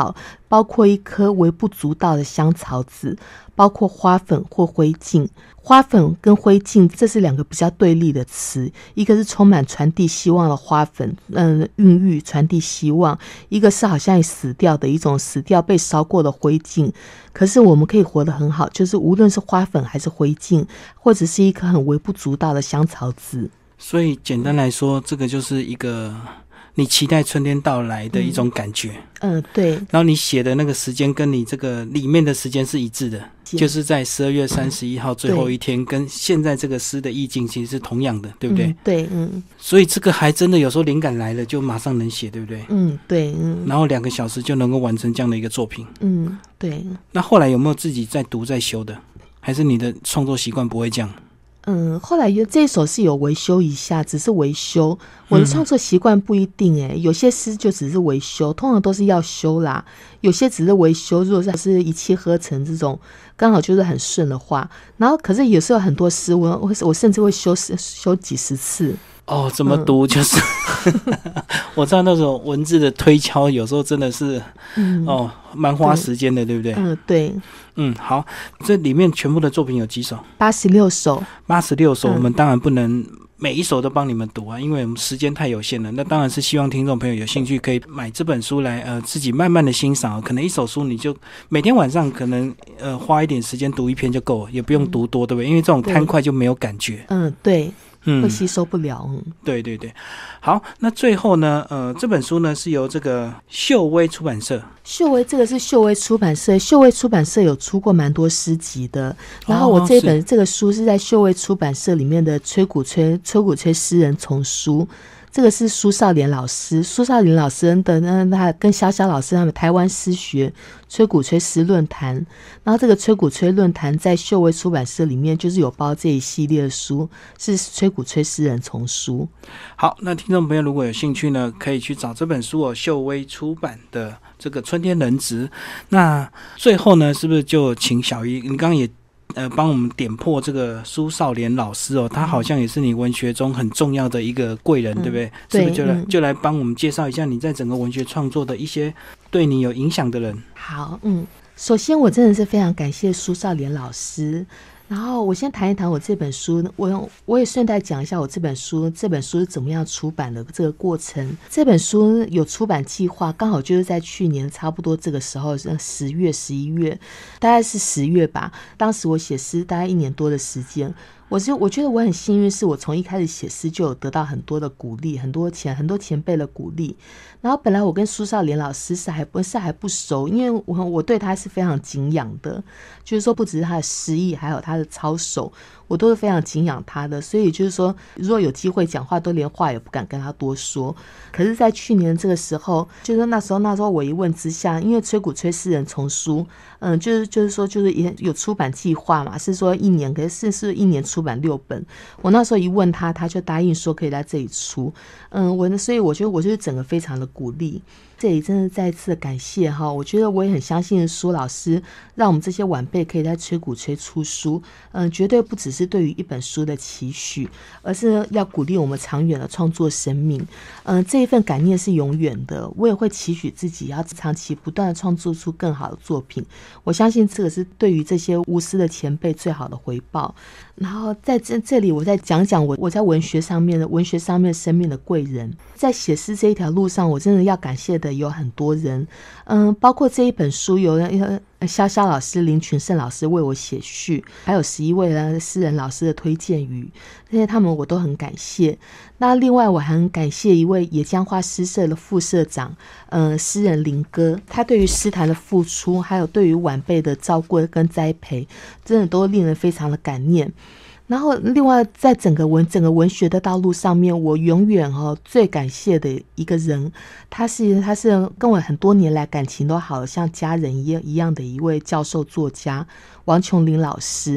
包括一颗微不足道的香草籽，包括花粉或灰烬。花粉跟灰烬这是两个比较对立的词，一个是充满传递希望的花粉，孕育传递希望，一个是好像死掉的一种死掉被烧过的灰烬。可是我们可以活得很好，就是无论是花粉还是灰烬，或者是一颗很微不足道的香草籽。 所以简单来说，这个就是一个你期待春天到来的一种感觉。 对。 然后你写的那个时间跟你这个里面的时间是一致的，就是在12月31号最后一天，跟现在这个诗的意境其实是同样的，对不对？ 对， 所以这个还真的有时候灵感来了就马上能写，对不对？ 对， 然后2个小时就能够完成这样的一个作品。 对。 那后来有没有自己在读在修的？还是你的创作习惯不会这样？ 后来这一首是有维修一下，只是维修。我的创作习惯不一定有些诗就只是维修，通常都是要修啦。有些只是维修，如果是一气呵成这种，刚好就是很顺的话。然后可是有时候很多诗我甚至会修几十次。 怎么读就是、我知道那种文字的推敲有时候真的是蛮花时间的，对不对？ 对。 好，这里面全部的作品有几首 ？86首。 86首，我们当然不能每一首都帮你们读啊，因为我们时间太有限了。那当然是希望听众朋友有兴趣可以买这本书来自己慢慢的欣赏。可能一首书你就每天晚上可能花一点时间读一篇就够了，也不用读多，对不对？因为这种贪快就没有感觉。 对。会吸收不了。 对对对。好，那最后呢这本书呢是由这个秀威出版社。 这个是秀威出版社，秀威出版社有出过蛮多诗集的。然后我这个书是在秀威出版社里面的吹鼓吹诗人丛书。这个是苏少莲老师的他跟潇潇老师他们台湾诗学吹鼓吹诗论坛，然后这个吹鼓吹论坛在秀威出版社里面就是有包这一系列的书，是吹鼓吹诗人丛书。 好，那听众朋友如果有兴趣呢，可以去找这本书秀威出版的这个春天人质。那最后呢，是不是就请小姨，你刚刚也帮我们点破这个苏少莲老师他好像也是你文学中很重要的一个贵人，对不对？ 对。 是不是就来帮我们介绍一下你在整个文学创作的一些对你有影响的人？ 好，首先我真的是非常感谢苏少莲老师。然后我先谈一谈我这本书，我也顺带讲一下我这本书是怎么样出版的这个过程。这本书有出版计划，刚好就是在去年差不多这个时候，10月11月，大概是10月吧。当时我写诗大概1年多的时间。我觉得我很幸运，是我从一开始写诗就有得到很多的鼓励，很多前辈的鼓励。然后本来我跟苏少莲老师是还不熟，因为我对他是非常敬仰的，就是说不只是他的诗意，还有他的操守，我都是非常敬仰他的。所以就是说，如果有机会讲话，都连话也不敢跟他多说。可是在去年这个时候，就是那时候我一问之下，因为吹鼓吹诗人丛书就是说就是也有出版计划嘛，是说1年，可是1年出版6本。我那时候一问他就答应说可以在这里出。所以我觉得我就是整个非常的鼓励。这里真的再次的感谢哈，我觉得我也很相信苏老师，让我们这些晚辈可以在吹鼓吹出书，绝对不只是对于一本书的期许，而是要鼓励我们长远的创作生命。这一份感念是永远的，我也会期许自己要长期不断的创作出更好的作品。我相信这个是对于这些无私的前辈最好的回报。然后在这里我再讲讲我在文学上面生命的贵人。在写诗这一条路上，我真的要感谢的有很多人，包括这一本书有潇潇老师、林群胜老师为我写序，还有11位诗人老师的推荐语，这些他们我都很感谢。那另外我还很感谢一位野江花诗社的副社长，诗人林哥，他对于诗坛的付出，还有对于晚辈的照顾跟栽培，真的都令人非常的感念。然后另外在整个文学的道路上面，我永远最感谢的一个人，他是跟我很多年来感情都好像家人一样的一位教授作家王琼林老师。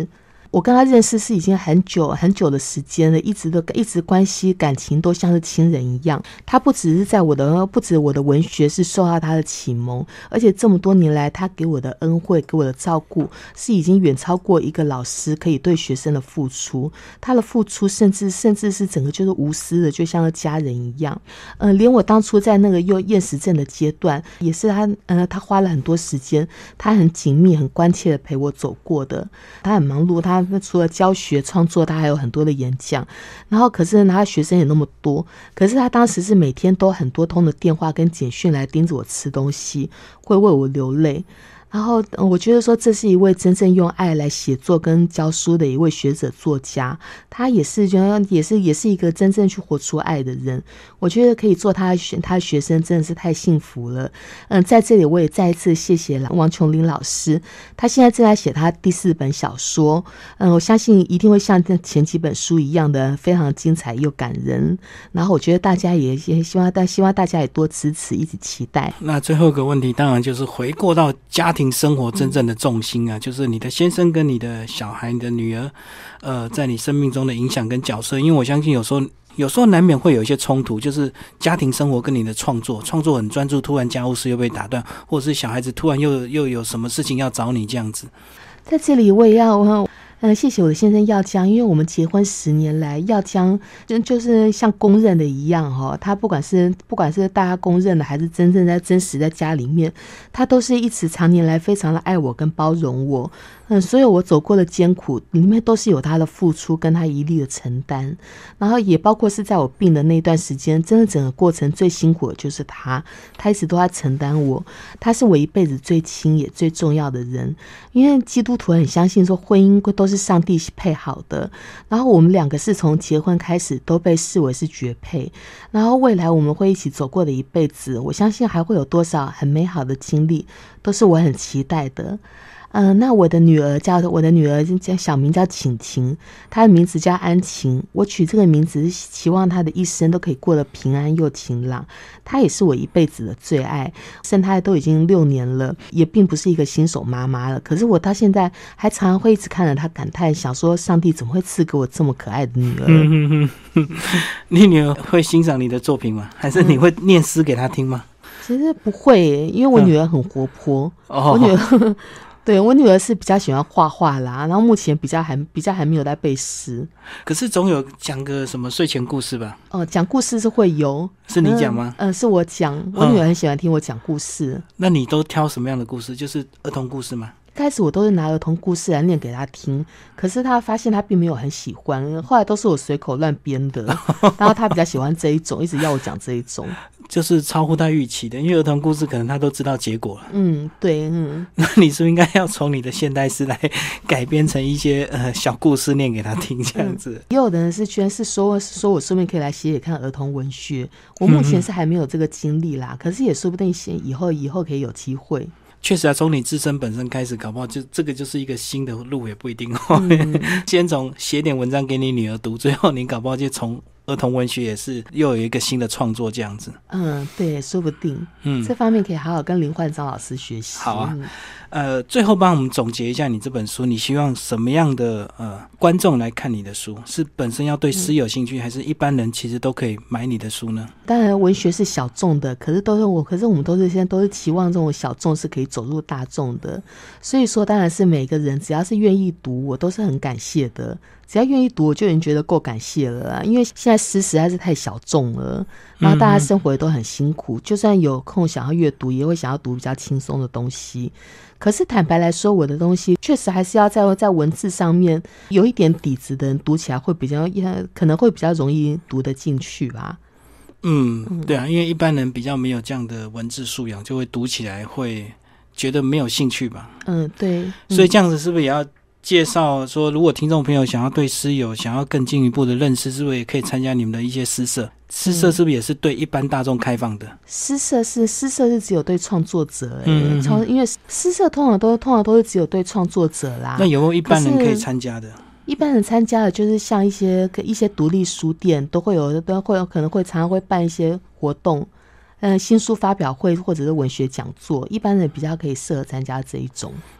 我跟他认识是已经很久很久的时间了，一直关系感情都像是亲人一样。他不止我的文学是受到他的启蒙，而且这么多年来他给我的恩惠给我的照顾是已经远超过一个老师可以对学生的付出，他的付出甚至是整个就是无私的，就像是家人一样。连我当初在那个又厌食症的阶段，也是他花了很多时间，他很紧密很关切的陪我走过的。他很忙碌，他除了教学创作，他还有很多的演讲，然后可是他学生也那么多，可是他当时是每天都很多通的电话跟简讯来盯着我吃东西，会为我流泪。然后我觉得说这是一位真正用爱来写作跟教书的一位学者作家，他也是一个真正去活出爱的人。我觉得可以做他的学生真的是太幸福了。在这里我也再一次谢谢王琼林老师，他现在正在写他第4本小说，我相信一定会像前几本书一样的非常精彩又感人。然后我觉得大家也希望大家也多支持，一起期待。 那最后一个问题当然就是回过到家庭生活真正的重心啊，就是你的先生跟你的小孩你的女儿在你生命中的影响跟角色。因为我相信有时候难免会有一些冲突，就是家庭生活跟你的创作很专注，突然家务事又被打断，或者是小孩子突然又有什么事情要找你这样子。在这里我也要谢谢我的先生耀江，因为我们结婚10年来，耀江就是像公认的一样他不管是大家公认的，还是真正在真实在家里面，他都是一直常年来非常的爱我跟包容我。所有我走过的艰苦里面都是有他的付出跟他一力的承担，然后也包括是在我病的那段时间，真的整个过程最辛苦的就是他一直都在承担我，他是我一辈子最亲也最重要的人。因为基督徒很相信说婚姻都是上帝配好的，然后我们2个是从结婚开始都被视为是绝配，然后未来我们会一起走过的一辈子，我相信还会有多少很美好的经历，都是我很期待的。那我的女儿叫小名叫晴晴，她的名字叫安晴。我取这个名字是希望她的一生都可以过得平安又晴朗。她也是我一辈子的最爱，生她都已经6年了，也并不是一个新手妈妈了。可是我到现在还常常会一直看着她感叹，想说上帝怎么会赐给我这么可爱的女儿？ 你女儿会欣赏你的作品吗？还是你会念诗给她听吗？ 其实不会耶，因为我女儿很活泼，我女儿对，我女儿是比较喜欢画画啦，然后目前比较还没有在背诗。 可是总有讲个什么睡前故事吧？ 讲故事是会有。 是你讲吗？ 是我讲，我女儿很喜欢听我讲故事。 那你都挑什么样的故事？就是儿童故事吗？ 开始我都是拿儿童故事来念给她听，可是她发现她并没有很喜欢，后来都是我随口乱编的，然后她比较喜欢这一种，一直要我讲这一种， 就是超乎她预期的，因为儿童故事可能她都知道结果了。 对， 那你是不是应该要从你的现代诗来改编成一些小故事念给她听这样子？ 也有的人是居然是说我顺便可以来写看儿童文学，我目前是还没有这个经历啦，可是也说不定以后可以有机会。 确实啊，从你自身本身开始，搞不好这个就是一个新的路，也不一定先从写点文章给你女儿读，最后你搞不好就从儿童文学也是又有一个新的创作这样子。 对，说不定。这方面可以好好跟林焕章老师学习。 好啊。最后帮我们总结一下你这本书，你希望什么样的观众来看你的书？是本身要对诗有兴趣，还是一般人其实都可以买你的书呢？ 当然文学是小众的，可是我们现在都是期望这种小众是可以走入大众的，所以说当然是每个人只要是愿意读，我都是很感谢的。只要愿意读，我就已经觉得够感谢了啊！因为现在诗实在是太小众了，然后大家生活也都很辛苦，就算有空想要阅读，也会想要读比较轻松的东西。可是坦白来说，我的东西确实还是要在文字上面有一点底子的人读起来会可能会比较容易读得进去吧。 对啊，因为一般人比较没有这样的文字素养，就会读起来会觉得没有兴趣吧。 对。 所以这样子是不是也要介绍说，如果听众朋友想要对诗有想要更进一步的认识，是不是也可以参加你们的一些诗社？诗社是不是也是对一般大众开放的？诗社是只有对创作者因为诗社通常都是只有对创作者啦。那有没有一般人可以参加的？一般人参加的就是像一些独立书店都会有可能会常常会办一些活动，新书发表会或者是文学讲座，一般人比较可以适合参加这一种。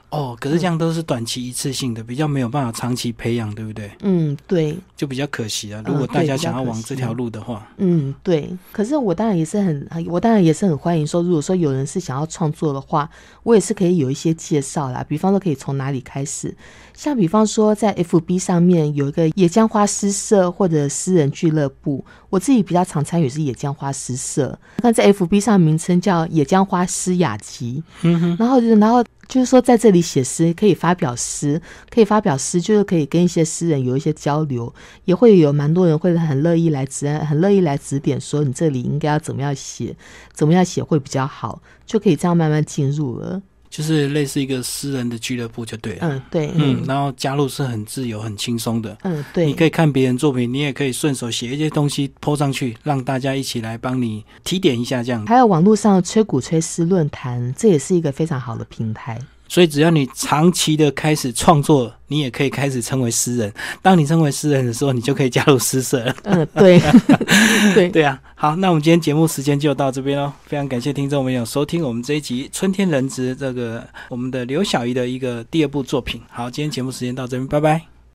哦，可是这样都是短期一次性的，比较没有办法长期培养，对不对？ 对， 就比较可惜了。如果大家想要往这条路的话， 对。可是我当然也是很欢迎说，如果说有人是想要创作的话，我也是可以有一些介绍啦，比方说可以从哪里开始，像比方说在 FB 上面有一个野姜花诗社或者诗人俱乐部，我自己比较常参与是野姜花诗社，看在 FB 上名称叫野姜花诗雅集，然后就是说在这里写诗可以发表诗，就是可以跟一些诗人有一些交流，也会有蛮多人会很乐意来指点说你这里应该要怎么样写会比较好，就可以这样慢慢进入了。 就是类似一个诗人的俱乐部就对了。 对。 然后加入是很自由很轻松的。 对。 你可以看别人作品，你也可以顺手写一些东西 po 上去，让大家一起来帮你提点一下这样。 还有网络上吹鼓吹诗论坛，这也是一个非常好的平台。 所以只要你长期的开始创作，你也可以开始成为诗人。当你成为诗人的时候，你就可以加入诗社了。 对。 对啊。好，那我们今天节目时间就到这边咯，非常感谢听众朋友收听我们这一集春天人质这个我们的刘小怡的一个第二部作品。好，今天节目时间到这边，拜拜。